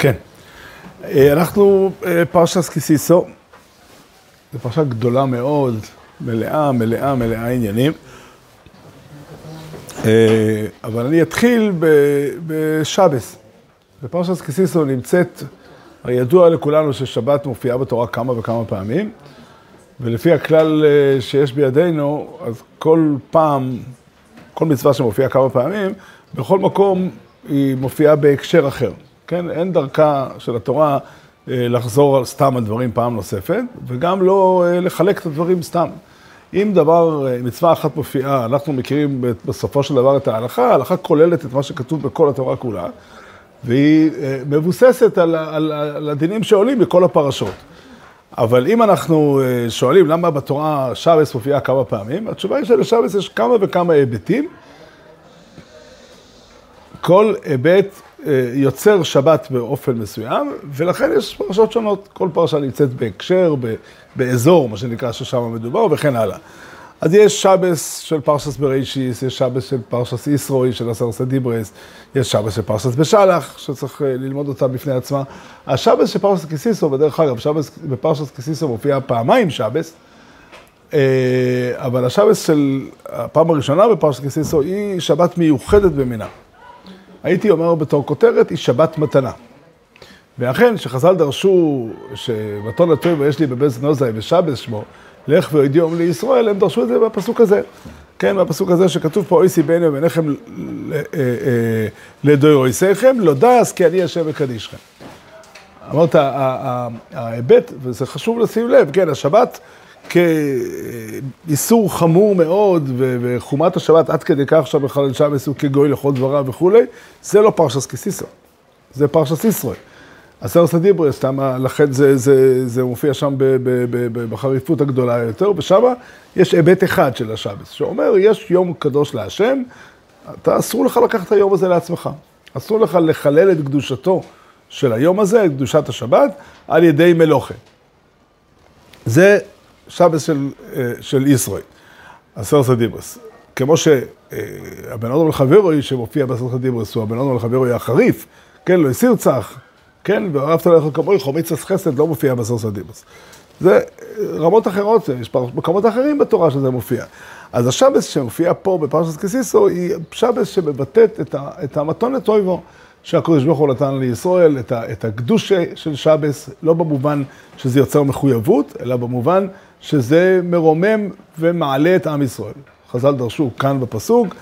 כן. אנחנו פרשת כי סיסו. זו פרשה גדולה מאוד, מלאה עניינים. אבל אני אתחיל בשבס. בפרשת כי סיסו נמצאת, ידוע לכולנו ששבת מופיעה בתורה כמה וכמה פעמים, ולפי הכלל שיש בידינו, אז כל מצווה שמופיעה כמה פעמים, בכל מקום היא מופיעה בהקשר אחר. כן? אין דרכה של התורה לחזור סתם על דברים פעם נוספת, וגם לא לחלק את הדברים סתם. אם מצווה אחת מופיעה, אנחנו מכירים בסופו של דבר את ההלכה, ההלכה כוללת את מה שכתוב בכל התורה כולה, והיא מבוססת על הדינים שעולים בכל הפרשות. אבל אם אנחנו שואלים למה בתורה שבס מופיעה כמה פעמים, התשובה היא שלשבס יש כמה וכמה היבטים. כל היבט יוצר שבת באופן מסוים, ולכן יש פרשות שונות. כל פרשה נמצאת בהקשר, באזור, מה שנקרא ששם מדובר, וכן הלאה. אז יש שבס של פרשת בראשיס, יש שבס של פרשת ישרוי, של עשרת דיברס, יש שבס של פרשת בשלח, שצריך ללמוד אותה בפני עצמה. השבס של פרשת כי סיסו, בדרך אגב, שבס בפרשת כי סיסו מופיע פעמיים שבס, אבל השבס של הפעם הראשונה בפרשת כי סיסו היא שבת מיוחדת במינה. הייתי אומר בתור כותרת, היא שבת מתנה. ואכן, שחז"ל דרשו שמתון לטוב יש לי בבית נוזאי ושבס שמו, לך ויודיעום לישראל, הם דרשו את זה בפסוק הזה. כן, בפסוק הזה שכתוב פה, אויסי ביני וביניכם לדוירויסיכם, לא דעס כי אני השם וקדישכם. אמרת, ההיבט, וזה חשוב לשים לב, כן, השבת כאיסור חמור מאוד, וחומת השבת עד כדי כך שבחלל שבס הוא כגוי לכל דבריו וכו', זה לא פרשת כי סיסו, זה פרשת ישרוי. עשרת דיברס, לכן זה מופיע שם בחריפות הגדולה יותר, ושם יש היבט אחד של השבס, שאומר, יש יום קדוש להשם, אתה אסור לך לקחת את היום הזה לעצמך. אסור לך לחלל את קדושתו של היום הזה, את קדושת השבת, על ידי מלוכה. זה שבס של ישרוי, עשרת דיברס. כמו שהבן אדם לחברוי שמופיע בעשרת דיברס, הוא הבן אדם לחברוי החריף, כן, לא יסיר צח, כן, ואהבת לך כמוי, חומיץ חסד לא מופיע בעשרת דיברס. זה רמות אחרות, יש מקומות אחרים בתורה שזה מופיע. אז השבס שמופיע פה בפרשת כי סיסו, היא שבס שמבטאת את המתונת טויבו, שהקדוש ברוך הוא נתן לישראל, את הקדושה של שבס, לא במובן שזה יוצר מחויבות, אלא במובן שזה מרומם ומעלה את עם ישראל. חז"ל דרשו כאן בפסוק,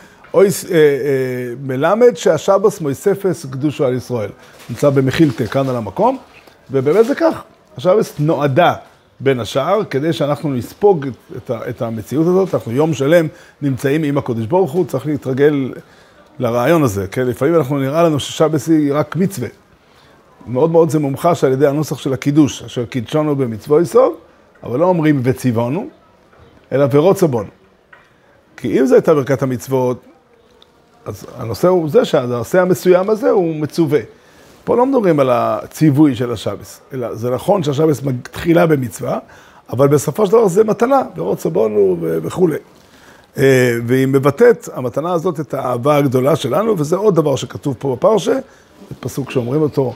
מלמד שהשבס מויספס קדושו על ישראל. נמצא במחילתא כאן על המקום, ובאמת זה כך. השבס נועדה בין השאר, כדי שאנחנו נספוג את המציאות הזאת. אנחנו יום שלם נמצאים עם הקדוש ברוך הוא, צריך להתרגל לרעיון הזה. כן? לפעמים אנחנו נראה לנו ששבס היא רק מצווה. מאוד מאוד זה מומחש על ידי הנוסח של הקידוש, אשר קידשנו במצוו יסוד, אבל לא אומרים וציוונו, אלא ורוצה בנו. כי אם זה הייתה ברכת המצוות, אז הנושא הוא זה שהנושא המסוים הזה הוא מצווה. פה לא מדברים על הציווי של השבס, אלא זה נכון שהשבס מתחילה במצווה, אבל בסופו של דבר זה מתנה, ורוצה בנו וכו'. והיא מבטאת, המתנה הזאת, את האהבה הגדולה שלנו, וזה עוד דבר שכתוב פה בפרשה, פסוק שאומרים אותו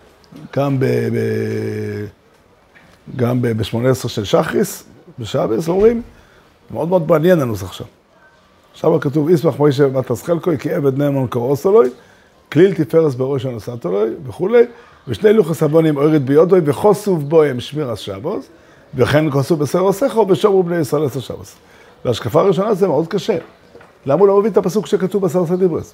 גם ב-18 של שחריס, בשבס אומרים, מאוד מאוד מעניין הנוסח שם. שם כתוב, ישמח מוישה מתסחלקוי, כי עבד נאמן קורא אלוהי, כליל תפארס בראש הנושאת אלוהי, וכו'. ושני לוחס הבונים אוירד ביודוי, וחוסוב בוהם שמיר השבוס, וכן כוסו בסר עושך, ובשומרו בני ישראל עשר שבוס. והשקפה הראשונה זה מאוד קשה. למה הוא לא מביא את הפסוק שכתוב בעשרת דיברס?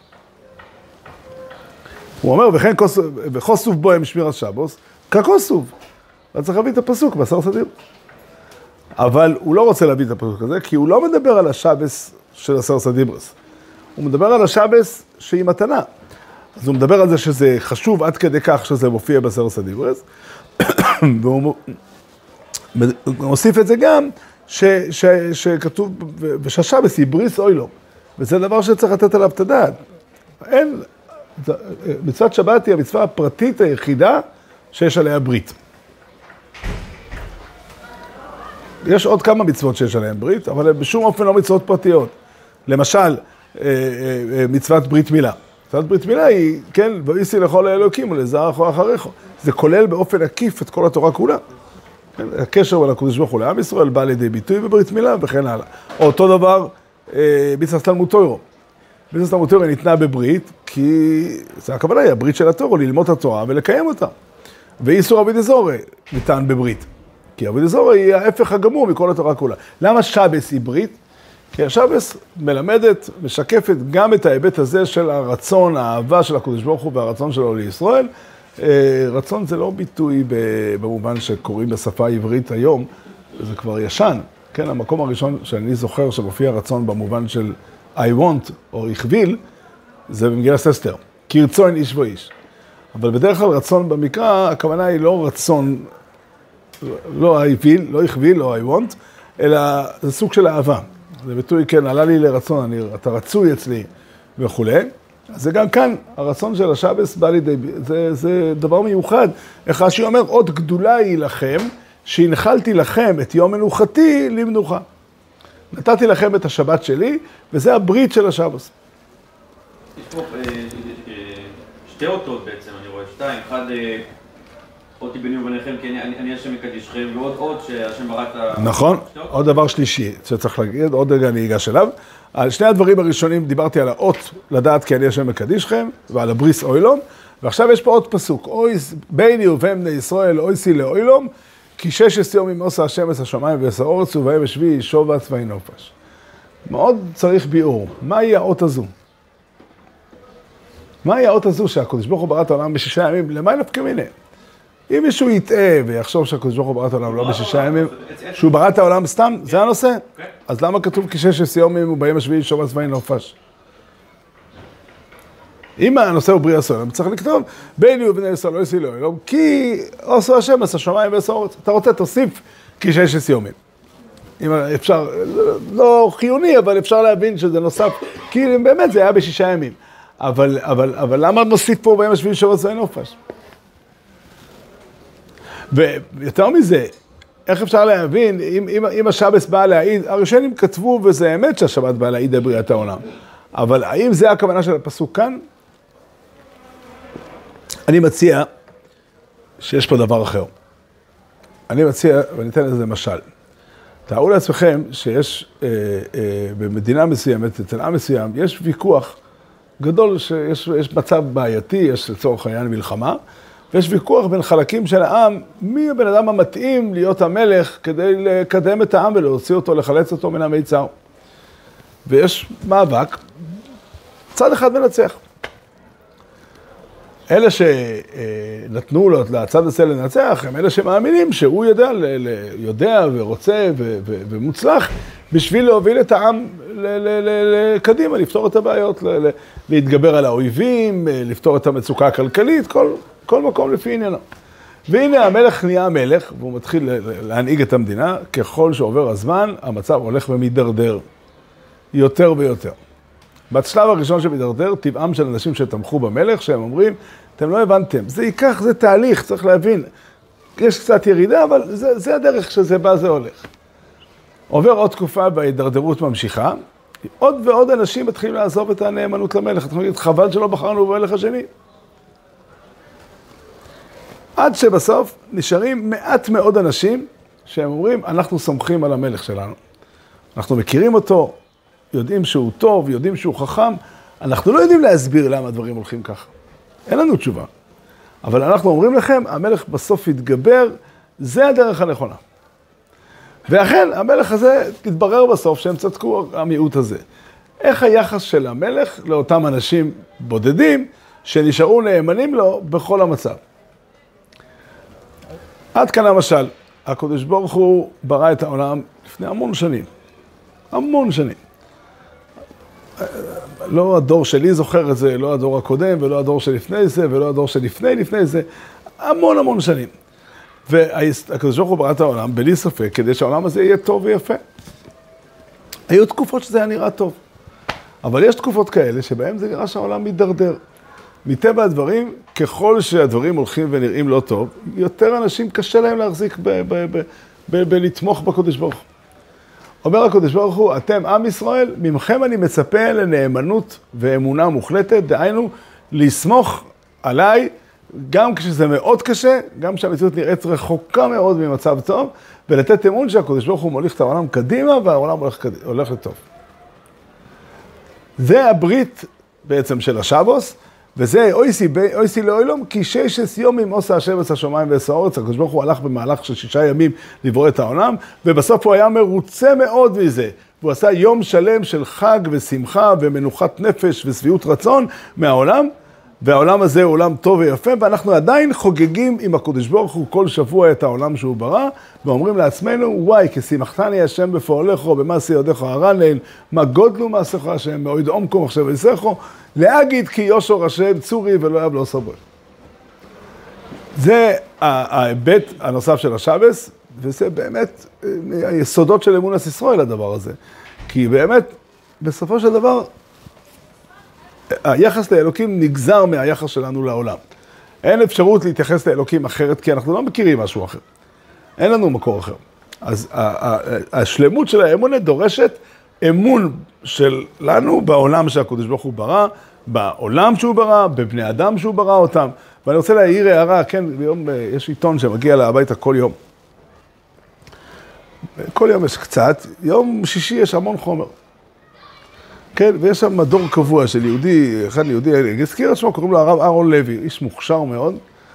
הוא אומר, וחוסוב בוהם שמיר השבוס, ככוסוב. אתה צריך להביא את הפסוק בעשרת דיברס. אבל הוא לא רוצה להביא את הפסוק הזה, כי הוא לא מדבר על השבס של עשרת דיברס. הוא מדבר על השבס שהיא מתנה. אז הוא מדבר על זה שזה חשוב עד כדי כך שזה מופיע בעשרת דיברס, והוא מוסיף את זה גם שכתוב, ושהשבס היא בריס אוי לו. וזה דבר שצריך לתת עליו את הדעת. מצוות שבת היא המצווה הפרטית היחידה שיש עליה ברית. יש עוד כמה מצוות שיש עליהן ברית, אבל בשום אופן לא מצוות פרטיות. למשל, מצוות ברית מילה. מצוות ברית מילה היא, כן, ואיסי לכל האלוקים ולזרעך אחריך. זה כולל באופן עקיף את כל התורה כולה. הקשר בין הקדוש ברוך הוא לעם ישראל בא לידי ביטוי בברית מילה וכן הלאה. אותו דבר, מצוות תלמוד תורה. מצוות תלמוד תורה ניתנה בברית, כי זה הכוונה היא הברית של התורה, ללמוד את התורה ולקיים אותה. ואיסור עבודת זרה ניתן בברית. כי עבודת זרה היא ההפך הגמור מכל התורה כולה. למה שבס היא ברית? כי השבס מלמדת, משקפת גם את ההיבט הזה של הרצון, האהבה של הקדוש ברוך הוא והרצון שלו לישראל. רצון זה לא ביטוי במובן שקוראים בשפה העברית היום, זה כבר ישן. כן, המקום הראשון שאני זוכר שמופיע רצון במובן של I want או הכביל, זה במגילת אסתר, כי ירצון איש ואיש. אבל בדרך כלל רצון במקרא, הכוונה היא לא רצון, לא הכביל, לא I want, אלא זה סוג של אהבה. זה ביטוי, כן, עלה לי לרצון, אתה רצוי אצלי וכו'. אז זה גם כאן, הרצון של השבס בא לידי, זה דבר מיוחד. איך רש"י אומר, עוד גדולה היא לכם, שהנחלתי לכם את יום מנוחתי למנוחה. נתתי לכם את השבת שלי, וזה הברית של השבס. יש פה שתי אותות בעצם, אני רואה שתיים. אחד, אותי ביני וביניכם, כי אני השם מקדישכם, ועוד עוד שהשם ברא את ה... נכון, עוד דבר שלישי שצריך להגיד, עוד רגע אני אגש אליו. על שני הדברים הראשונים דיברתי על האות לדעת כי אני השם מקדישכם, ועל הבריס אוילום, ועכשיו יש פה עוד פסוק, ביני ובין בני ישראל אויסי לאוילום, כי 16 ימים עושה השם את השמיים ואת הארץ, ובהם השביעי שובץ וינופש. מאוד צריך ביאור. מהי האות הזו? מהי האות הזו שהקדוש ברוך הוא ברא את העולם ב6 ימים? למה נפקא מינה? אם מישהו יטעה ויחשוב שהקדוש ברוך הוא ברא את העולם לא ב6 ימים, שהוא ברא את העולם סתם, זה הנושא? אז למה כתוב כי 16 ימים ובהם השביעי שובץ וינופש? אם הנושא הוא בריאה סולם, צריך לכתוב, ביני ובני ישראל לא יסי לאוילום, כי עשו השם עשה שמיים ועשה ארץ. אתה רוצה, תוסיף כי 16 ימים. אם אפשר, לא חיוני, אבל אפשר להבין שזה נוסף, כי באמת זה היה ב6 ימים. אבל למה נוסיף פה בהם השביעי שובץ וינופש? ויותר מזה, איך אפשר להבין, אם השבס בא להעיד, הראשונים כתבו, וזה האמת שהשבת בא להעיד לבריאת העולם. אבל האם זה הכוונה של הפסוק כאן? אני מציע שיש פה דבר אחר. אני מציע, ואני אתן לזה משל. תארו לעצמכם שיש במדינה מסוימת, אצל עם מסוים, יש ויכוח גדול, שיש מצב בעייתי, יש לצורך העניין מלחמה, ויש ויכוח בין חלקים של העם, מי הבן אדם המתאים להיות המלך כדי לקדם את העם ולהוציא אותו, לחלץ אותו מן המיצר. ויש מאבק, צד אחד מנצח. אלה שנתנו לו לצד הזה לנצח, הם אלה שמאמינים שהוא יודע ורוצה ומוצלח, בשביל להוביל את העם לקדימה, לפתור את הבעיות, להתגבר על האויבים, לפתור את המצוקה הכלכלית, כל מקום לפי עניינו. והנה המלך נהיה המלך, והוא מתחיל להנהיג את המדינה, ככל שעובר הזמן, המצב הולך ומתדרדר יותר ויותר. בשלב הראשון שמתדרדר, טבעם של אנשים שתמכו במלך, שהם אומרים, אתם לא הבנתם, זה תהליך, צריך להבין. יש קצת ירידה, אבל זה הדרך שזה בא, זה הולך. עובר עוד תקופה וההידרדרות ממשיכה, עוד ועוד אנשים מתחילים לעזוב את הנאמנות למלך. אתם אומרים, חבל שלא בחרנו במלך השני. עד שבסוף נשארים מעט מאוד אנשים שהם אומרים, אנחנו סומכים על המלך שלנו. אנחנו מכירים אותו, יודעים שהוא טוב, יודעים שהוא חכם, אנחנו לא יודעים להסביר למה הדברים הולכים ככה. אין לנו תשובה. אבל אנחנו אומרים לכם, המלך בסוף יתגבר, זה הדרך הנכונה. ואכן, המלך הזה התברר בסוף שהם צדקו המיעוט הזה. איך היחס של המלך לאותם אנשים בודדים שנשארו נאמנים לו בכל המצב? עד כאן המשל, הקדוש ברוך הוא ברא את העולם לפני המון שנים. המון שנים. לא הדור שלי זוכר את זה, לא הדור הקודם, ולא הדור שלפני זה, ולא הדור שלפני זה. המון שנים. והקדוש ברוך הוא ברא את העולם, בלי ספק, כדי שהעולם הזה יהיה טוב ויפה. היו תקופות שזה היה נראה טוב. אבל יש תקופות כאלה שבהן זה נראה שהעולם מתדרדר. מטבע הדברים, ככל שהדברים הולכים ונראים לא טוב, יותר אנשים קשה להם להחזיק בלתמוך בקדוש ברוך הוא. אומר הקדוש ברוך הוא, אתם עם ישראל, ממכם אני מצפה לנאמנות ואמונה מוחלטת, דהיינו, לסמוך עליי, גם כשזה מאוד קשה, גם כשהמציאות נראית רחוקה מאוד ממצב טוב, ולתת אמון שהקדוש ברוך הוא מוליך את העולם קדימה, והעולם הולך לטוב. זה הברית בעצם של השבוס, וזה אויסי לאוילום, כי 6 יומים עושה השם את השמיים ואת הארץ. הקדוש ברוך הוא הלך במהלך של 6 ימים לברוא את העולם, ובסוף הוא היה מרוצה מאוד מזה. והוא עשה יום שלם של חג ושמחה ומנוחת נפש ושביעות רצון מהעולם, והעולם הזה הוא עולם טוב ויפה, ואנחנו עדיין חוגגים עם הקדוש ברוך הוא כל שבוע את העולם שהוא ברא, ואומרים לעצמנו, וואי, כשמחתני השם בפועלך, במעשה ידיך הרנן, מה גודלו מעשיך השם, מאויד עומקו מחשב ויסך, להגיד כי יושר השם צורי ולא יב לא סבור. זה ההיבט הנוסף של השבס, וזה באמת היסודות של אמונת ישראל הדבר הזה. כי באמת, בסופו של דבר, היחס לאלוקים נגזר מהיחס שלנו לעולם. אין אפשרות להתייחס לאלוקים אחרת, כי אנחנו לא מכירים משהו אחר. אין לנו מקור אחר. אז השלמות של האמונה דורשת אמון שלנו בעולם שהקדוש ברוך הוא ברא, בעולם שהוא ברא, בבני אדם שהוא ברא אותם. ואני רוצה להעיר הערה, כן, ביום, יש עיתון שמגיע הביתה כל יום. כל יום יש קצת, יום שישי יש המון חומר. כן, ויש שם מדור קבוע של יהודי, אחד יהודי, הזכיר את שמו, קוראים לו הרב אהרון לוי, איש מוכשר מאוד,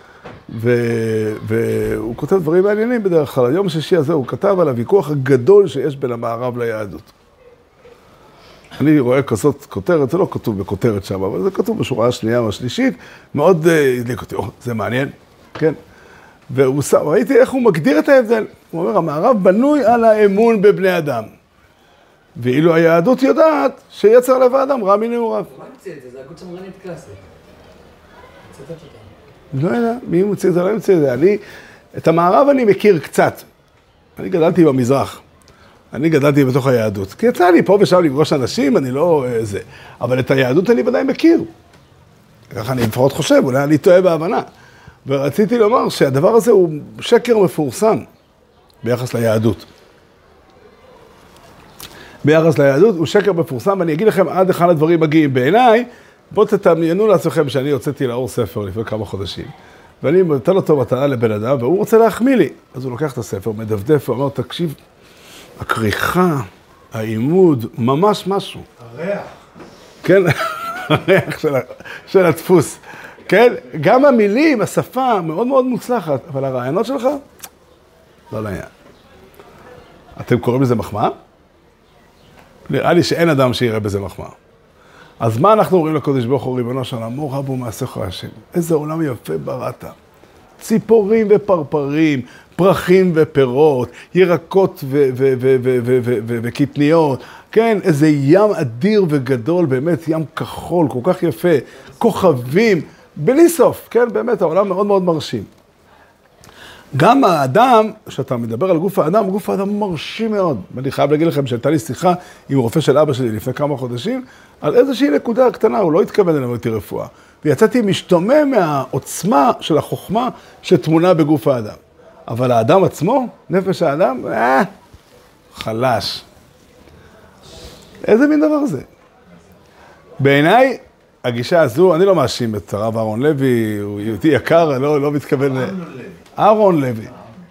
והוא כותב דברים מעניינים בדרך כלל. יום שישי הזה הוא כתב על הוויכוח הגדול שיש בין המערב ליהדות. אני רואה כזאת כותרת, זה לא כתוב בכותרת שם, אבל זה כתוב בשורה השנייה או השלישית, מאוד הדליק אותי, זה מעניין, כן? וראיתי איך הוא מגדיר את ההבדל. הוא אומר, המערב בנוי על האמון בבני אדם. ואילו היהדות יודעת שיצר לב האדם רע מנעוריו. מה ימציא את זה? זה הגות שמרנית קלאסית. לא יודע, מי מוציא את זה? לא ימציא את זה. את המערב אני מכיר קצת. אני גדלתי במזרח. אני גדלתי בתוך היהדות. כי יצא לי פה ושם לפגוש אנשים, אני לא זה. אבל את היהדות אני ודאי מכיר. ככה אני לפחות חושב, אולי אני טועה בהבנה. ורציתי לומר שהדבר הזה הוא שקר מפורסם ביחס ליהדות. ביחס ליהדות הוא שקר מפורסם, ואני אגיד לכם עד אחד הדברים מגיעים בעיניי. בואו תתעניינו לעצמכם שאני הוצאתי לאור ספר לפני כמה חודשים, ואני נותן אותו מתנה לבן אדם, והוא רוצה להחמיא לי. אז הוא לוקח את הספר, מדפדף, ואומר, תקשיב, הכריכה, העימוד, ממש משהו. הריח. כן, הריח של הדפוס. כן, גם המילים, השפה, מאוד מאוד מוצלחת, אבל הרעיונות שלך, לא לעניין. אתם קוראים לזה מחמאה? נראה לי שאין אדם שיראה בזה מחמאה. אז מה אנחנו אומרים לקדוש ברוך הוא, ריבונו של עולם, מה רבו מעשיך השם? איזה עולם יפה בראת. ציפורים ופרפרים, פרחים ופירות, ירקות וקטניות, כן, איזה ים אדיר וגדול, באמת ים כחול, כל כך יפה, כוכבים, בלי סוף, כן, באמת, העולם מאוד מאוד מרשים. גם האדם, כשאתה מדבר על גוף האדם, גוף האדם מרשים מאוד. ואני חייב להגיד לכם שהייתה לי שיחה עם רופא של אבא שלי לפני כמה חודשים, על איזושהי נקודה קטנה, הוא לא התכוון ללמד אותי רפואה. ויצאתי משתומם מהעוצמה של החוכמה שתמונה בגוף האדם. אבל האדם עצמו, נפש האדם, חלש. איזה מין דבר זה? בעיניי, הגישה הזו, אני לא מאשים את הרב אהרון לוי, הוא יהודי יקר, לא מתכוון... אהרון לוי.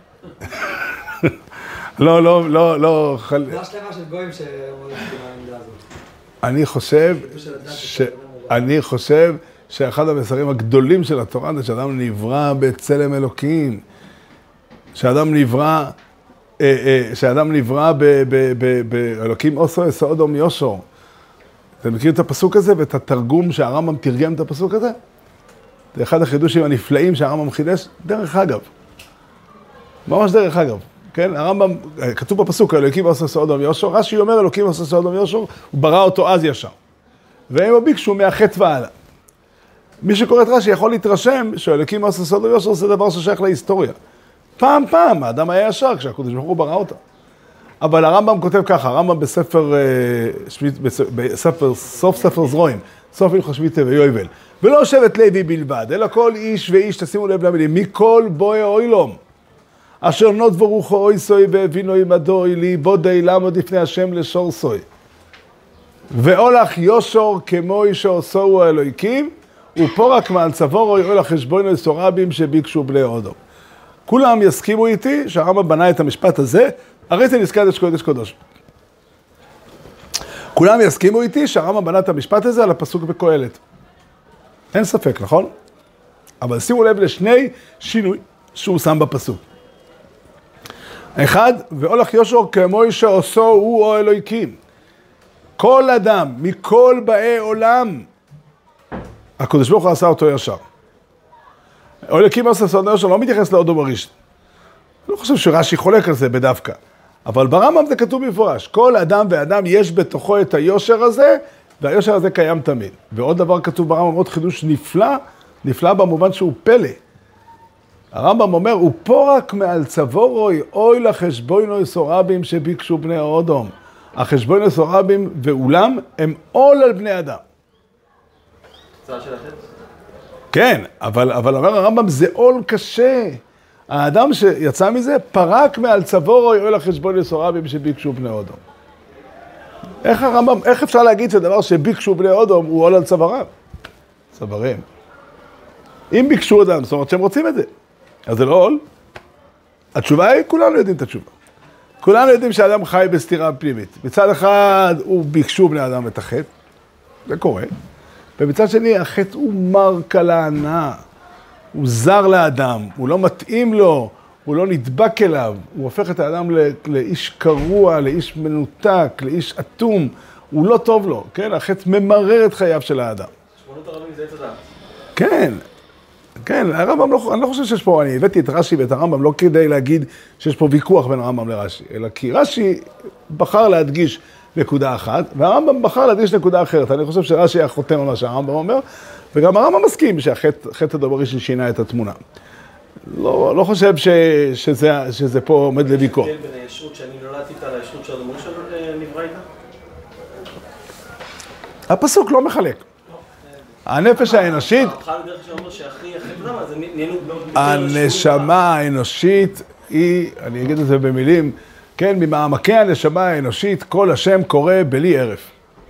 לא. זה השלמה של גויים שאומרים את העמדה הזאת. אני חושב שאחד המסרים הגדולים של התורה זה שאדם נברא בצלם אלוקים. שאדם נברא באלוקים עושו יסודום יושר. אתם מכירים את הפסוק הזה ואת התרגום שהרמב"ם תרגם את הפסוק הזה? זה אחד החידושים הנפלאים שהרמב"ם חידש, דרך אגב. ממש דרך אגב. כן, הרמב"ם, כתוב בפסוק, אלוקים עושה סעודום יושר, רש"י אומר, אלוקים עושה סעודום יושר, הוא ברא אותו אז ישר. והם ביקשו מהחטא והלאה. מי שקורא את רש"י יכול להתרשם שאלוקים עושה סעודום יושר זה דבר ששייך להיסטוריה. פעם, האדם היה ישר כשהקדוש ברוך הוא ברא אותה. אבל הרמב"ם כותב ככה, הרמב"ם סוף ספר זרועים, סוף הלכות שמיטה ויובל. ולא שבט לוי בלבד, אלא כל איש ואיש, תשימו לב למילים, מכל בואי אוילום. אשר נות ורוחו אוי סוי והבינו עמדוי ליבודי לעמוד לפני השם לשור סוי. ואולך יושור כמוי שעושו האלוהיקים, ופורק מעל צבורוי אולך חשבונו סורבים שביקשו בני אודום. כולם יסכימו איתי שהרמב"ם בנה את המשפט הזה, הרי זה נזכרת קודש קודש. כולם יסכימו איתי שהרמב"ם בנה את המשפט הזה על הפסוק בקהלת. אין ספק, נכון? אבל שימו לב לשני שינוי שהוא שם בפסוק. אחד, ואולך יושור כמוי שעושו הוא או אלוהיקים. כל אדם, מכל באי עולם, הקדוש ברוך הוא עשה אותו ישר. אלוהיקים עשה אותו ישר, לא מתייחס לאודום הראשון. אני לא חושב שרש"י חולק על זה בדווקא. אבל ברמב"ם זה כתוב במפורש. כל אדם ואדם יש בתוכו את היושר הזה, והיושר הזה קיים תמיד. ועוד דבר כתוב ברמב"ם, עוד חידוש נפלא, נפלא במובן שהוא פלא. הרמב"ם אומר, הוא פורק מעל צבורוי, אוי לחשבונו סורבים שביקשו בני האודום. החשבונו סורבים ואולם הם עול על בני אדם. צער של החץ? כן, אבל אומר הרמב"ם, זה עול קשה. האדם שיצא מזה פרק מעל צבורוי, אוי לחשבונו סורבים שביקשו בני האודום. איך הרמב"ם, איך אפשר להגיד שדבר שביקשו בני האודום הוא עול על צווארם? צווארים. אם ביקשו אדם, זאת אומרת שהם רוצים את זה. אז זה לא עול. התשובה היא, כולנו יודעים את התשובה. כולנו יודעים שהאדם חי בסתירה פנימית. מצד אחד, הוא ביקשו בני אדם את החטא, זה קורה. ומצד שני, החטא הוא מר כלענה. הוא זר לאדם, הוא לא מתאים לו, הוא לא נדבק אליו. הוא הופך את האדם לאיש קרוע, לאיש מנותק, לאיש אטום. הוא לא טוב לו, כן? החטא ממרר את חייו של האדם. שמונות הרבים זה את אדם. כן. כן, הרמב"ם אני לא חושב שיש פה, אני הבאתי את רש"י ואת הרמב"ם לא כדי להגיד שיש פה ויכוח בין הרמב"ם לרש"י, אלא כי רש"י בחר להדגיש נקודה אחת, והרמב"ם בחר להדגיש נקודה אחרת. אני חושב שרש"י היה חותם על מה שהרמב"ם אומר, וגם הרמב"ם מסכים שהחטא הדברי שינה את התמונה. לא חושב שזה פה עומד לוויכוח. יש הבדל בין הישרות שאני נולדתי איתה לישרות של הדמורי שנברא איתה? הפסוק לא מחלק. הנפש האנושית, הנשמה האנושית היא, אני אגיד את זה במילים, כן, ממעמקי הנשמה האנושית, כל השם קורא בלי ערף.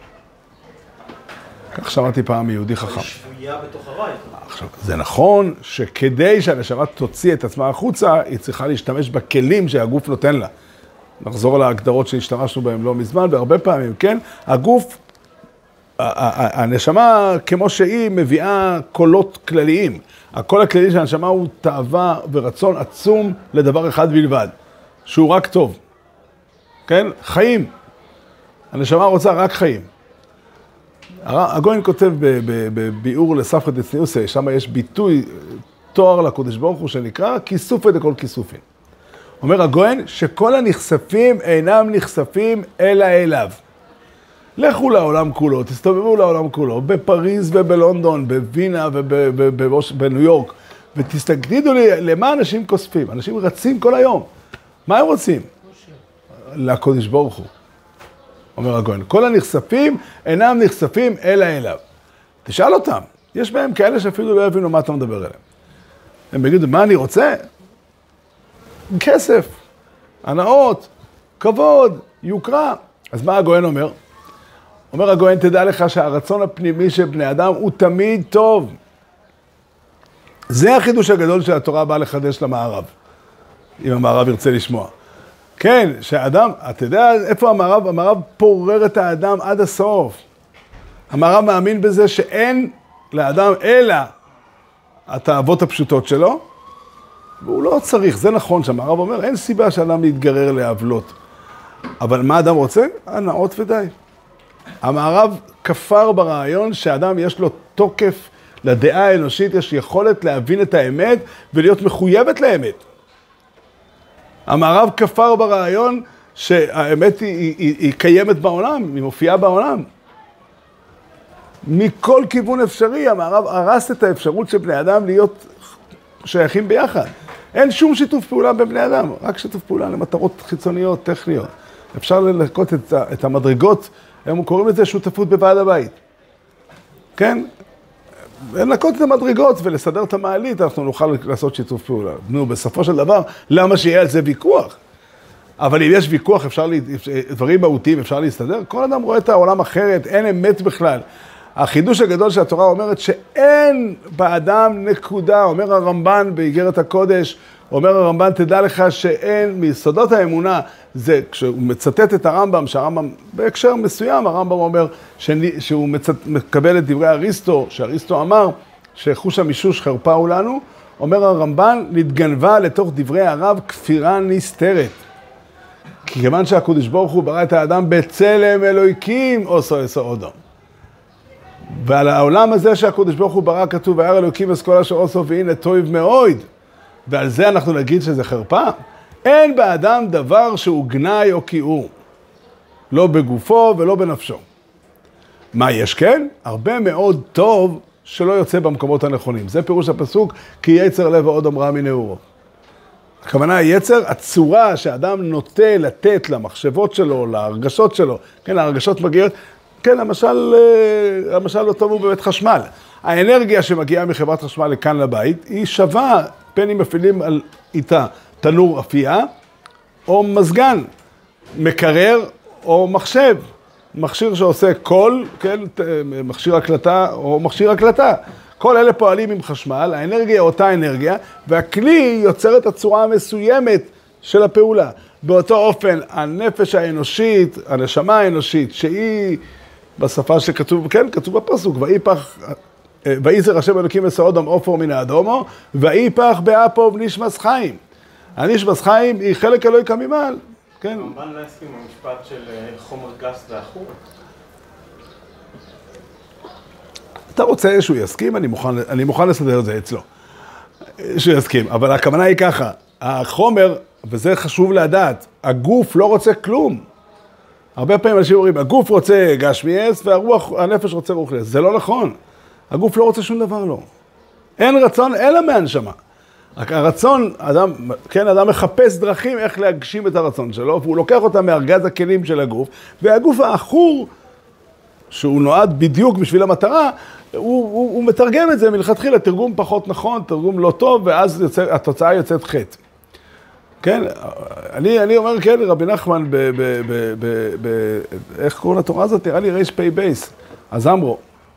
כך שמעתי פעם מיהודי חכם. היא שבויה בתוך הבית. עכשיו, זה נכון שכדי שהנשמה תוציא את עצמה החוצה, היא צריכה להשתמש בכלים שהגוף נותן לה. נחזור להגדרות שהשתמשנו בהם לא מזמן, והרבה פעמים, כן, הגוף, הנשמה כמו שהיא מביאה קולות כלליים. הקול הכללי של הנשמה הוא תאווה ורצון עצום לדבר אחד בלבד, שהוא רק טוב. כן? חיים. הנשמה רוצה רק חיים. הגויין כותב בביאור לספרא דצניוסי, שם יש ביטוי, תואר לקדוש ברוך הוא שנקרא כיסופי דכל כיסופים. אומר הגויין שכל הנחשפים אינם נחשפים אלא אליו. לכו לעולם כולו, תסתובבו לעולם כולו, בפריז ובלונדון, בווינה ובניו יורק, ותגידו לי למה אנשים כוספים. אנשים רצים כל היום. מה הם רוצים? לקדוש ברוך הוא. אומר הגויין, כל הנחשפים אינם נחשפים אלא אליו. תשאל אותם, יש בהם כאלה שאפילו לא יבינו מה אתה מדבר אליהם. הם יגידו, מה אני רוצה? כסף, הנאות, כבוד, יוקרה. אז מה הגויין אומר? אומר הגויין, תדע לך שהרצון הפנימי של בני אדם הוא תמיד טוב. זה החידוש הגדול של התורה באה לחדש למערב, אם המערב ירצה לשמוע. כן, שהאדם, אתה יודע איפה המערב? המערב פורר את האדם עד הסוף. המערב מאמין בזה שאין לאדם אלא התאוות הפשוטות שלו, והוא לא צריך, זה נכון שהמערב אומר, אין סיבה שאדם יתגרר לעוולות. אבל מה האדם רוצה? הנאות ודי. המערב כפר ברעיון שאדם יש לו תוקף לדעה האנושית, יש יכולת להבין את האמת ולהיות מחויבת לאמת. המערב כפר ברעיון שהאמת היא קיימת בעולם, היא מופיעה בעולם. מכל כיוון אפשרי, המערב הרס את האפשרות של בני אדם להיות שייכים ביחד. אין שום שיתוף פעולה בין בני אדם, רק שיתוף פעולה למטרות חיצוניות, טכניות. אפשר ללקות את המדרגות, הם קוראים לזה שותפות בוועד הבית. כן? לנקות את המדרגות ולסדר את המעלית, אנחנו נוכל לעשות שיתוף פעולה. נו, בסופו של דבר, למה שיהיה על זה ויכוח? אבל אם יש ויכוח, דברים מהותיים אפשר להסתדר? כל אדם רואה את העולם אחרת, אין אמת בכלל. החידוש הגדול של התורה אומרת שאין באדם נקודה, אומר הרמב"ן באיגרת הקודש, אומר הרמב"ן, תדע לך שאין מיסודות האמונה, זה כשהוא מצטט את הרמב"ם, שהרמב"ם בהקשר מסוים, הרמב"ם אומר שהוא מקבל את דברי אריסטו, שאריסטו אמר שחוש המישוש חרפה הוא לנו, אומר הרמב"ן, נתגנבה לתוך דברי הרב כפירה נסתרת. כי כיוון שהקדוש ברוך הוא ברא את האדם בצלם אלוהיקים, עושו יסו אודום. ועל העולם הזה שהקדוש ברוך הוא ברא כתוב, וירא אלוהיקים אסכול אשר עושו והנה טוב מאוד. ועל זה אנחנו נגיד שזה חרפה. אין באדם דבר שהוא גנאי או כיעור. לא בגופו ולא בנפשו. מה יש כן? הרבה מאוד טוב שלא יוצא במקומות הנכונים. זה פירוש הפסוק, כי יצר לב האודם רע מנעורו. הכוונה היצר, הצורה שאדם נוטה לתת למחשבות שלו, להרגשות שלו, כן, ההרגשות מגיעות, כן, למשל לא טוב הוא בבית חשמל. האנרגיה שמגיעה מחברת חשמל לכאן לבית, היא שווה, פן אם מפעילים על איתה תנור אפייה, או מזגן, מקרר או מחשב. מכשיר שעושה קול, כן, מכשיר הקלטה או מכשיר הקלטה. כל אלה פועלים עם חשמל, האנרגיה היא אותה אנרגיה, והכלי יוצר את הצורה המסוימת של הפעולה. באותו אופן, הנפש האנושית, הנשמה האנושית, שהיא בשפה שכתוב, כן, כתוב בפסוק, ויזר השם אלוקים וסעודם עופר מן האדומו, ויפח באפו נשמס חיים. הנשמס חיים היא חלק אלוהי כממעל, כן. רמב"ן לא הסכים במשפט של חומר גס ועכור? אתה רוצה שהוא יסכים, אני מוכן לסדר את זה אצלו. שהוא יסכים, אבל הכוונה היא ככה, החומר, וזה חשוב לדעת, הגוף לא רוצה כלום. הרבה פעמים אנשים אומרים, הגוף רוצה גשמיאס והנפש רוצה רוחלס. זה לא נכון. הגוף לא רוצה שום דבר לא. אין רצון אלא מהנשמה. הרצון, אדם מחפש דרכים איך להגשים את הרצון שלו, והוא לוקח אותה מארגז הכלים של הגוף, והגוף האחור, שהוא נועד בדיוק בשביל המטרה, הוא מתרגם את זה מלכתחילה, תרגום פחות נכון, תרגום לא טוב, ואז התוצאה יוצאת חטא. כן, אני אומר, כן, רבי נחמן, איך קוראים לתורה הזאת? נראה לי ריש פי בייס, הזמרו.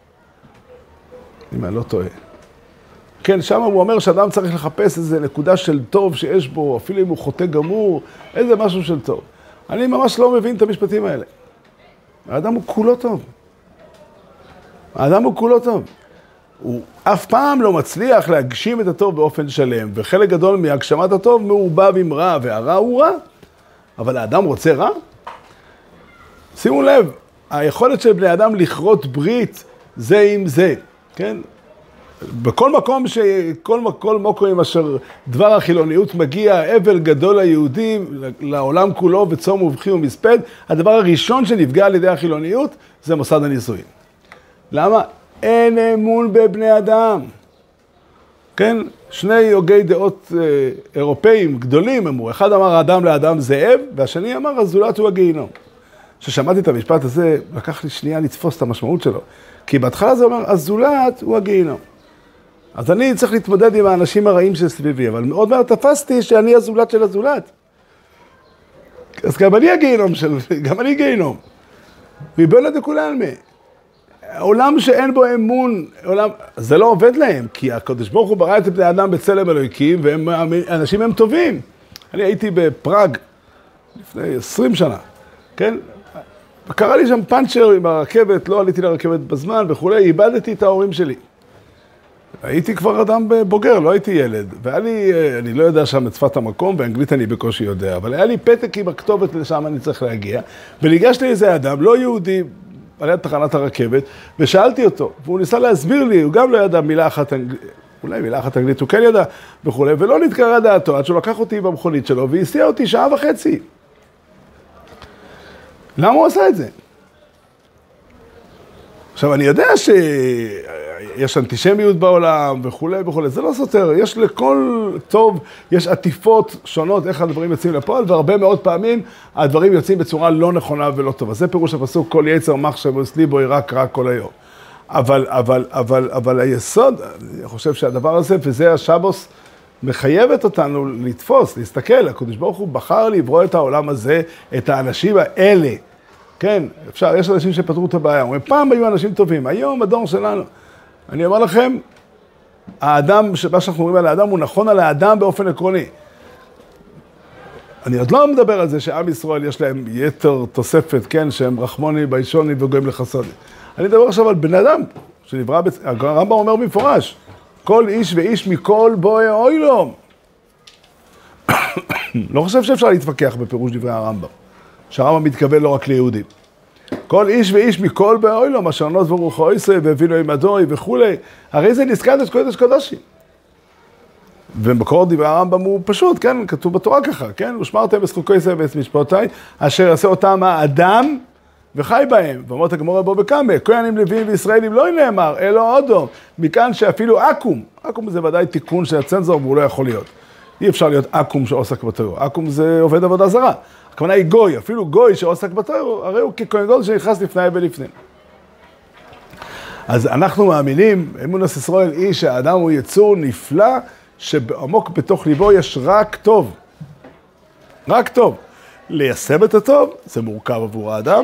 אם אני לא טועה. כן, שם הוא אומר שאדם צריך לחפש איזו נקודה של טוב שיש בו, אפילו אם הוא חוטא גמור, איזה משהו של טוב. אני ממש לא מבין את המשפטים האלה. האדם הוא כולו טוב. האדם הוא כולו טוב. הוא אף פעם לא מצליח להגשים את הטוב באופן שלם, וחלק גדול מהגשמת הטוב מעורבב עם רע, והרע הוא רע. אבל האדם רוצה רע? שימו לב, היכולת של בני אדם לכרות ברית זה עם זה, כן? בכל מקום כל מקום אשר דבר החילוניות מגיע, אבל גדול ליהודים, לעולם כולו וצום ובכי ומספד, הדבר הראשון שנפגע על ידי החילוניות זה מוסד הנישואים. למה? אין אמון בבני אדם. כן? שני הוגי דעות אירופאים גדולים אמרו, אחד אמר האדם לאדם זאב, והשני אמר הזולת הוא הגיהינום. כששמעתי את המשפט הזה, לקח לי שנייה לתפוס את המשמעות שלו. כי בהתחלה זה אומר, הזולת הוא הגיהינום. אז אני צריך להתמודד עם האנשים הרעים שסביבי, אבל מאוד מאוד תפסתי שאני הזולת של הזולת. אז גם אני הגיהינום גם אני גיהינום. ריבונו דכולן מי. העולם שאין בו אמון, זה לא עובד להם, כי הקדוש ברוך הוא ברא את בני האדם בצלם אלוהיקים, ואנשים הם טובים. אני הייתי בפראג לפני 20 שנה, כן? קרה לי שם פאנצ'ר עם הרכבת, לא עליתי לרכבת בזמן וכולי, איבדתי את ההורים שלי. הייתי כבר אדם בוגר, לא הייתי ילד, והיה לי, אני לא יודע שם את שפת המקום, באנגלית אני בקושי יודע, אבל היה לי פתק עם הכתובת לשם אני צריך להגיע, וניגשתי לאיזה אדם, לא יהודי, על יד תחנת הרכבת, ושאלתי אותו, והוא ניסה להסביר לי, הוא גם לא ידע מילה אחת אנגלית, אולי מילה אחת אנגלית, הוא כן ידע וכולי, ולא נתקרא דעתו, עד שהוא לקח אותי במכונית שלו, והסיע אותי 1.5 שעות. למה הוא עשה את זה? עכשיו, אני יודע שיש אנטישמיות בעולם וכולי וכולי, זה לא סותר, יש לכל טוב, יש עטיפות שונות איך הדברים יוצאים לפועל, והרבה מאוד פעמים הדברים יוצאים בצורה לא נכונה ולא טובה. זה פירוש הפסוק, כל יצר מחשב וסליבו ירק רע כל היום. אבל היסוד, אני חושב שהדבר הזה, וזה השבוס, מחייבת אותנו לתפוס, להסתכל. הקדוש ברוך הוא בחר לברוא את העולם הזה, את האנשים האלה. כן, אפשר, יש אנשים שפתרו את הבעיה. אומרים, פעם היו אנשים טובים, היום הדור שלנו. אני אומר לכם, האדם, מה שאנחנו אומרים על האדם, הוא נכון על האדם באופן עקרוני. אני עוד לא מדבר על זה שעם ישראל יש להם יתר תוספת, כן, שהם רחמוני, ביישוני וגויים לחסוני. אני מדבר עכשיו על בן אדם, שנברא, הרמב"ם אומר במפורש, כל איש ואיש מכל בואי אוילום. לא חושב שאפשר להתווכח בפירוש דברי הרמב"ם, שהרמב"ם מתכוון לא רק ליהודים. כל איש ואיש מכל בואי אוילום, אשר נוס ברוחו ישראל והבינו עם הדוי וכולי, הרי זה נזכר את קודש קודשים. ומקור דברי הרמב"ם הוא פשוט, כן, כתוב בתורה ככה, כן? ושמרתם בזכוקי ישראל ואת משפטי, אשר יעשה אותם האדם וחי בהם. ואומרת הגמרא בו בקמא, כהנים לוויים וישראלים לא נאמר, אלא אודום. מכאן שאפילו אקום, אקום זה ודאי תיקון של הצנזור והוא לא יכול להיות. אי אפשר להיות אקום שעוסק בתורה, אקום זה עובד עבודה זרה. הכוונה היא גוי, אפילו גוי שעוסק בתורה, הרי הוא ככהן גדול שנכנס לפני ולפנים. אז אנחנו מאמינים, אמונת ישראל היא שהאדם הוא יצור נפלא, שעמוק בתוך ליבו יש רק טוב. רק טוב. ליישם את הטוב, זה מורכב עבור האדם,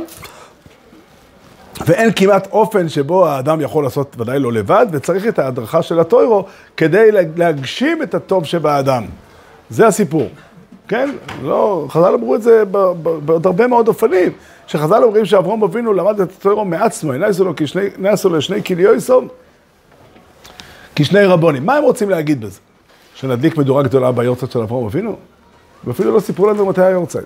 ואין כמעט אופן שבו האדם יכול לעשות ודאי לא לבד, וצריך את ההדרכה של התוירו כדי להגשים את הטוב שבאדם. זה הסיפור. כן? לא, חז"ל אמרו את זה בעוד הרבה מאוד אופנים, שחז"ל אומרים שאברהם אבינו למד את התוירו מעצמו, נעשו לו לשני כליוסו, כשני רבונים. מה הם רוצים להגיד בזה? שנדליק מדורה גדולה ביורצייט של אברהם אבינו? ואפילו לא סיפרו לנו מתי היורצייט.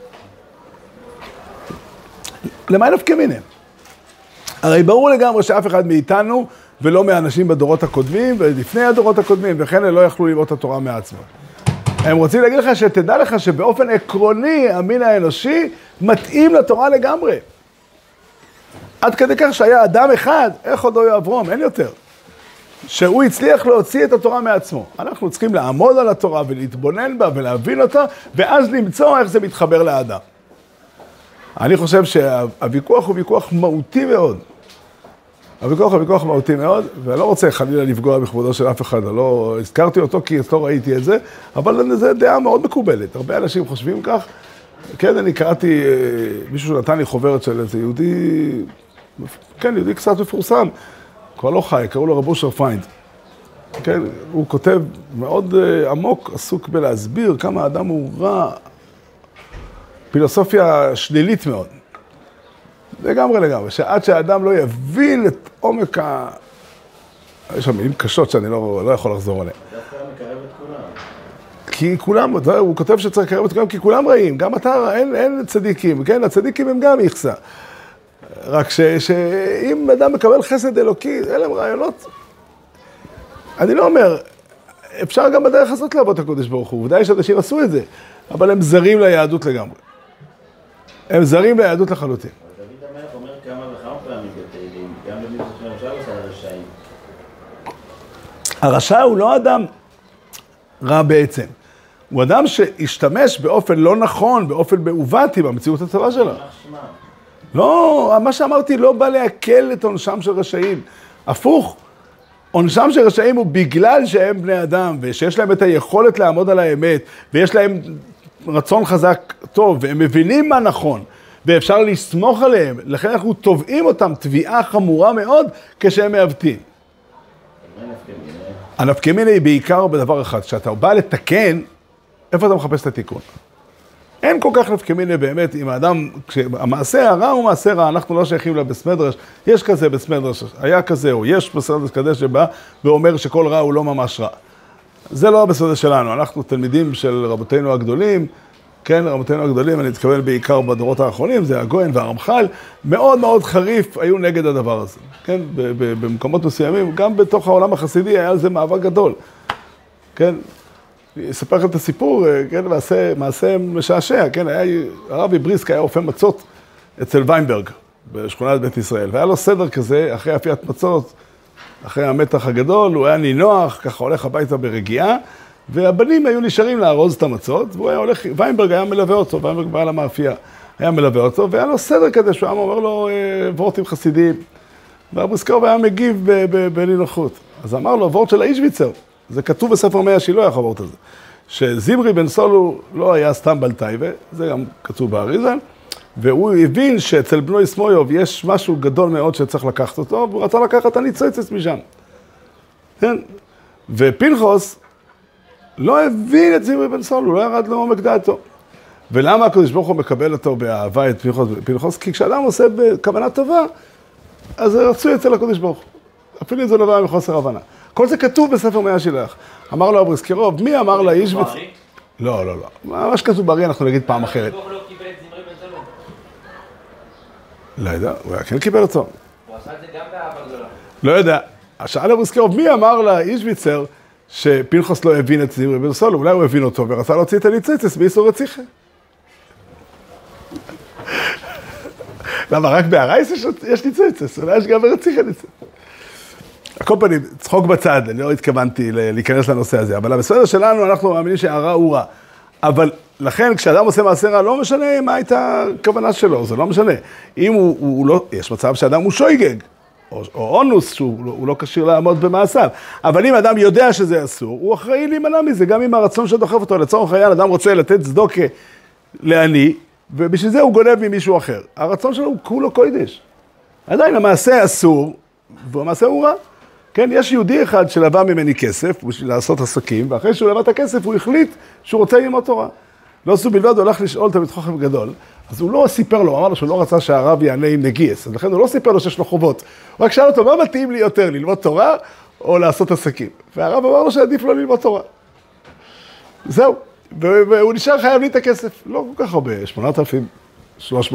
למה נפקא מינה? הרי ברור לגמרי שאף אחד מאיתנו, ולא מהאנשים בדורות הקודמים, ולפני הדורות הקודמים, וכן הם לא יכלו לראות את התורה מעצמם. הם רוצים להגיד לך שתדע לך שבאופן עקרוני, המין האנושי מתאים לתורה לגמרי. עד כדי כך שהיה אדם אחד, איך עוד לא אברהם, אין יותר. שהוא הצליח להוציא את התורה מעצמו. אנחנו צריכים לעמוד על התורה ולהתבונן בה ולהבין אותה, ואז למצוא איך זה מתחבר לאדם. אני חושב שהוויכוח הוא ויכוח מהותי מאוד. הוויכוח הוא ויכוח מהותי מאוד, ואני לא רוצה חלילה לפגוע בכבודו של אף אחד, אני לא הזכרתי אותו כי לא ראיתי את זה, אבל זו דעה מאוד מקובלת. הרבה אנשים חושבים כך. כן, אני קראתי, מישהו נתן לי חוברת של איזה יהודי, כן, יהודי קצת מפורסם, כבר לא חי, קראו לו רב אושר פיינד. כן, הוא כותב מאוד עמוק, עסוק בלהסביר כמה האדם הוא רע, פילוסופיה שלילית מאוד. לגמרי, שעד שהאדם לא יבין את עומק יש שם מילים קשות שאני לא יכול לחזור עליהן. דווקא מקרב את כולם. כי כולם, הוא כותב שצריך לקרב את כולם, כי כולם רעים, גם אתה, אין צדיקים, כן? הצדיקים הם גם יחסה. רק שאם אדם מקבל חסד אלוקי, אלה הם רעיונות. אני לא אומר, אפשר גם בדרך הזאת לעבוד את הקודש ברוך הוא, ודאי שאנשים עשו את זה, אבל הם זרים ליהדות לגמרי. הם זרים ליהדות לחלוטין. דוד המלך אומר כמה וכמה פעמים בתהילים, גם במיוחד של הרשע הרשעים. הרשע הוא לא אדם רע בעצם. הוא אדם שהשתמש באופן לא נכון, באופן מעוותי במציאות הטובה שלו. לא, מה שאמרתי לא בא להקל את עונשם של רשעים. הפוך, עונשם של רשעים הוא בגלל שהם בני אדם, ושיש להם את היכולת לעמוד על האמת, ויש להם רצון חזק טוב, והם מבינים מה נכון, ואפשר לסמוך עליהם. לכן אנחנו תובעים אותם תביעה חמורה מאוד כשהם מעוותים. הנפקא מינה היא בעיקר בדבר אחד, כשאתה בא לתקן, איפה אתה מחפש את התיקון? אין כל כך נפקא מינה באמת עם האדם, כשהמעשה הרע הוא מעשה רע, אנחנו לא שייכים לבס מדרש, יש כזה בס מדרש, היה כזה, או יש בס מדרש כזה שבא ואומר שכל רע הוא לא ממש רע. זה לא הבס מדרש שלנו, אנחנו תלמידים של רבותינו הגדולים, כן, רבותינו הגדולים, אני מתכוון בעיקר בדורות האחרונים, זה הגויין והרמח"ל, מאוד מאוד חריף היו נגד הדבר הזה, כן, במקומות מסוימים, גם בתוך העולם החסידי היה על זה מאבק גדול, כן, אספר לכם את הסיפור, כן, מעשה משעשע, כן, הרבי בריסק היה אופה מצות אצל ויינברג, בשכונת בית ישראל, והיה לו סדר כזה, אחרי אפיית מצות, אחרי המתח הגדול, הוא היה נינוח, ככה הולך הביתה ברגיעה, והבנים היו נשארים לארוז את המצות, והוא היה הולך, ויינברג היה מלווה אותו, ויינברג בעל המאפייה, היה מלווה אותו, והיה לו סדר כזה, שהוא היה אומר לו וורטים חסידיים, והבריסקרוב היה מגיב בנינוחות. אז אמר לו, וורט של האישוויצר, זה כתוב בספר מי השילוח, הוורט הזה, שזמרי בן סולו לא היה סתם בלטייבה, זה גם כתוב באריזה, והוא הבין שאצל בנו סמויוב יש משהו גדול מאוד שצריך לקחת אותו, והוא רצה לקחת הניצוצס משם. כן? ופנחס לא הבין את זמרי בן סולו, לא ירד לעומק דעתו. ולמה הקדוש ברוך הוא מקבל אותו באהבה את פנחס? כי כשאדם עושה בכוונה טובה, אז זה רצוי אצל הקדוש ברוך הוא. אפילו זה לא בא מחוסר הבנה. כל זה כתוב בספר מי השילוח. אמר לו הבריסקרוב, מי אמר לאיש... לא, לא, לא. מה שכתוב בארי אנחנו נגיד פעם אחרת. הוא לא קיבל את זמרי בן סולו. לא יודע, הוא כן קיבל אותו. הוא עשה את זה גם באהבה גדולה. לא יודע. שאל הבריסקרוב, מי אמר לאישוויצר שפנחס לא הבין את זמרי בן סולו? אולי הוא הבין אותו ורצה להוציא את הניציצס באיסור רציחה. למה, רק בהרייס יש ניציצס, אולי יש גם ברציחה ניציצס. על כל פנים, צחוק בצד, אני לא התכוונתי להיכנס לנושא הזה, אבל בסדר שלנו אנחנו מאמינים שהרע הוא רע. אבל לכן, כשאדם עושה מעשה רע, לא משנה מה הייתה הכוונה שלו, זה לא משנה. אם הוא לא, יש מצב שאדם הוא שויגג, או אונוס, שהוא לא כשיר לעמוד במעשיו. אבל אם אדם יודע שזה אסור, הוא אחראי להימנע מזה, גם אם הרצון שדוחף אותו לצורך העניין, אדם רוצה לתת צדוקה לעני, ובשביל זה הוא גונב ממישהו אחר. הרצון שלו הוא כולו קודש. עדיין המעשה אסור, והמעשה הוא רע. כן, יש יהודי אחד שלבא ממני כסף בשביל לעשות עסקים, ואחרי שהוא לבא את הכסף הוא החליט שהוא רוצה ללמוד תורה. לא עשו בלבד, הוא הלך לשאול תלמיד חכם גדול, אז הוא לא סיפר לו, הוא אמר לו שהוא לא רצה שהרב יענה עם נגיעס, אז לכן הוא לא סיפר לו שיש לו חובות. הוא רק שאל אותו, מה מתאים לי יותר, ללמוד תורה או לעשות עסקים? והרב אמר לו שעדיף לו ללמוד תורה. זהו, והוא נשאר חייב לי את הכסף, לא כל כך הרבה, $8,300.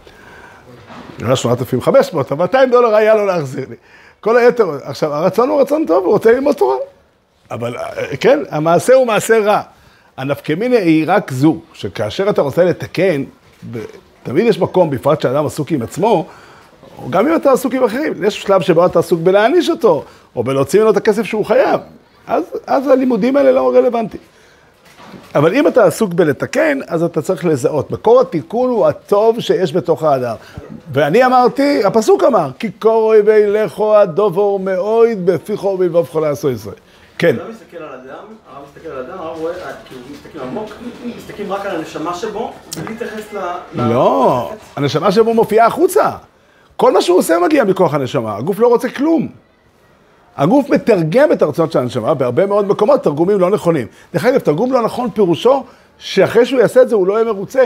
נראה 8,500, $200 היה לו להחזיר לי. כל היתר, עכשיו, הרצון הוא רצון טוב, הוא רוצה ללמוד תורה. אבל כן, המעשה הוא מעשה רע. הנפקמינה היא רק זו, שכאשר אתה רוצה לתקן, תמיד יש מקום, בפרט שאדם עסוק עם עצמו, או גם אם אתה עסוק עם אחרים, יש שלב שבו אתה עסוק בלהעניש אותו, או בלהוציא ממנו את הכסף שהוא חייב. אז הלימודים האלה לא רלוונטיים. אבל אם אתה עסוק בלתקן, אז אתה צריך לזהות. מקור התיקון הוא הטוב שיש בתוך האדם. ואני אמרתי, הפסוק אמר, כי קורוי וילכו הדובור מאויד בפיכו ובלבבך לעשו ישראל. כן. כשאדם מסתכל על אדם, הרב מסתכל על אדם, הרב רואה, כאילו מסתכל עמוק, מסתכלים רק על הנשמה שבו, בלי להתייחס לא, הנשמה שבו מופיעה החוצה. כל מה שהוא עושה מגיע מכוח הנשמה, הגוף לא רוצה כלום. הגוף מתרגם את הרצונות של הנשמה, בהרבה מאוד מקומות תרגומים לא נכונים. דרך אגב, תרגום לא נכון פירושו, שאחרי שהוא יעשה את זה הוא לא יהיה מרוצה.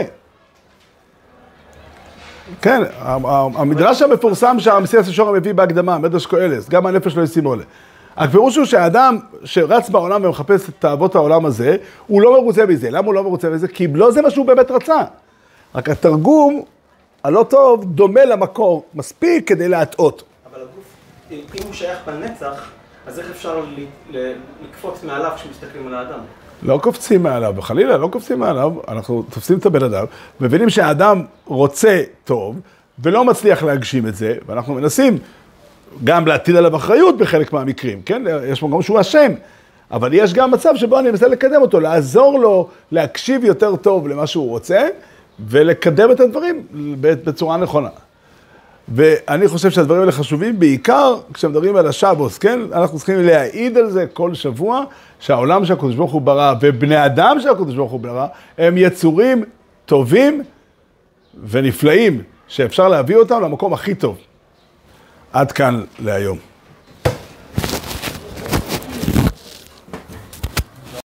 כן, המדרש המפורסם שהמסיעס השור מביא בהקדמה, מדרש קהלת, גם הנפש לא ישימו לה. הפירוש הוא שהאדם שרץ בעולם ומחפש את תאוות העולם הזה, הוא לא מרוצה בזה. למה הוא לא מרוצה בזה? כי לא זה מה שהוא באמת רצה. רק התרגום הלא טוב דומה למקור, מספיק כדי להטעות. אבל הגוף, אם הוא שייך בנצח, אז איך אפשר לקפוץ מעליו כשמסתכלים על האדם? לא קופצים מעליו, חלילה, לא קופצים מעליו, אנחנו תופסים את הבן אדם, מבינים שהאדם רוצה טוב, ולא מצליח להגשים את זה, ואנחנו מנסים גם להטיל עליו אחריות בחלק מהמקרים, כן? יש מקום שהוא אשם, אבל יש גם מצב שבו אני מנסה לקדם אותו, לעזור לו, להקשיב יותר טוב למה שהוא רוצה, ולקדם את הדברים בצורה נכונה. ואני חושב שהדברים האלה חשובים, בעיקר כשמדברים על השבוס, כן? אנחנו צריכים להעיד על זה כל שבוע, שהעולם שהקדוש ברוך הוא ברא, ובני אדם שהקדוש ברוך הוא ברא, הם יצורים טובים ונפלאים, שאפשר להביא אותם למקום הכי טוב. עד כאן להיום.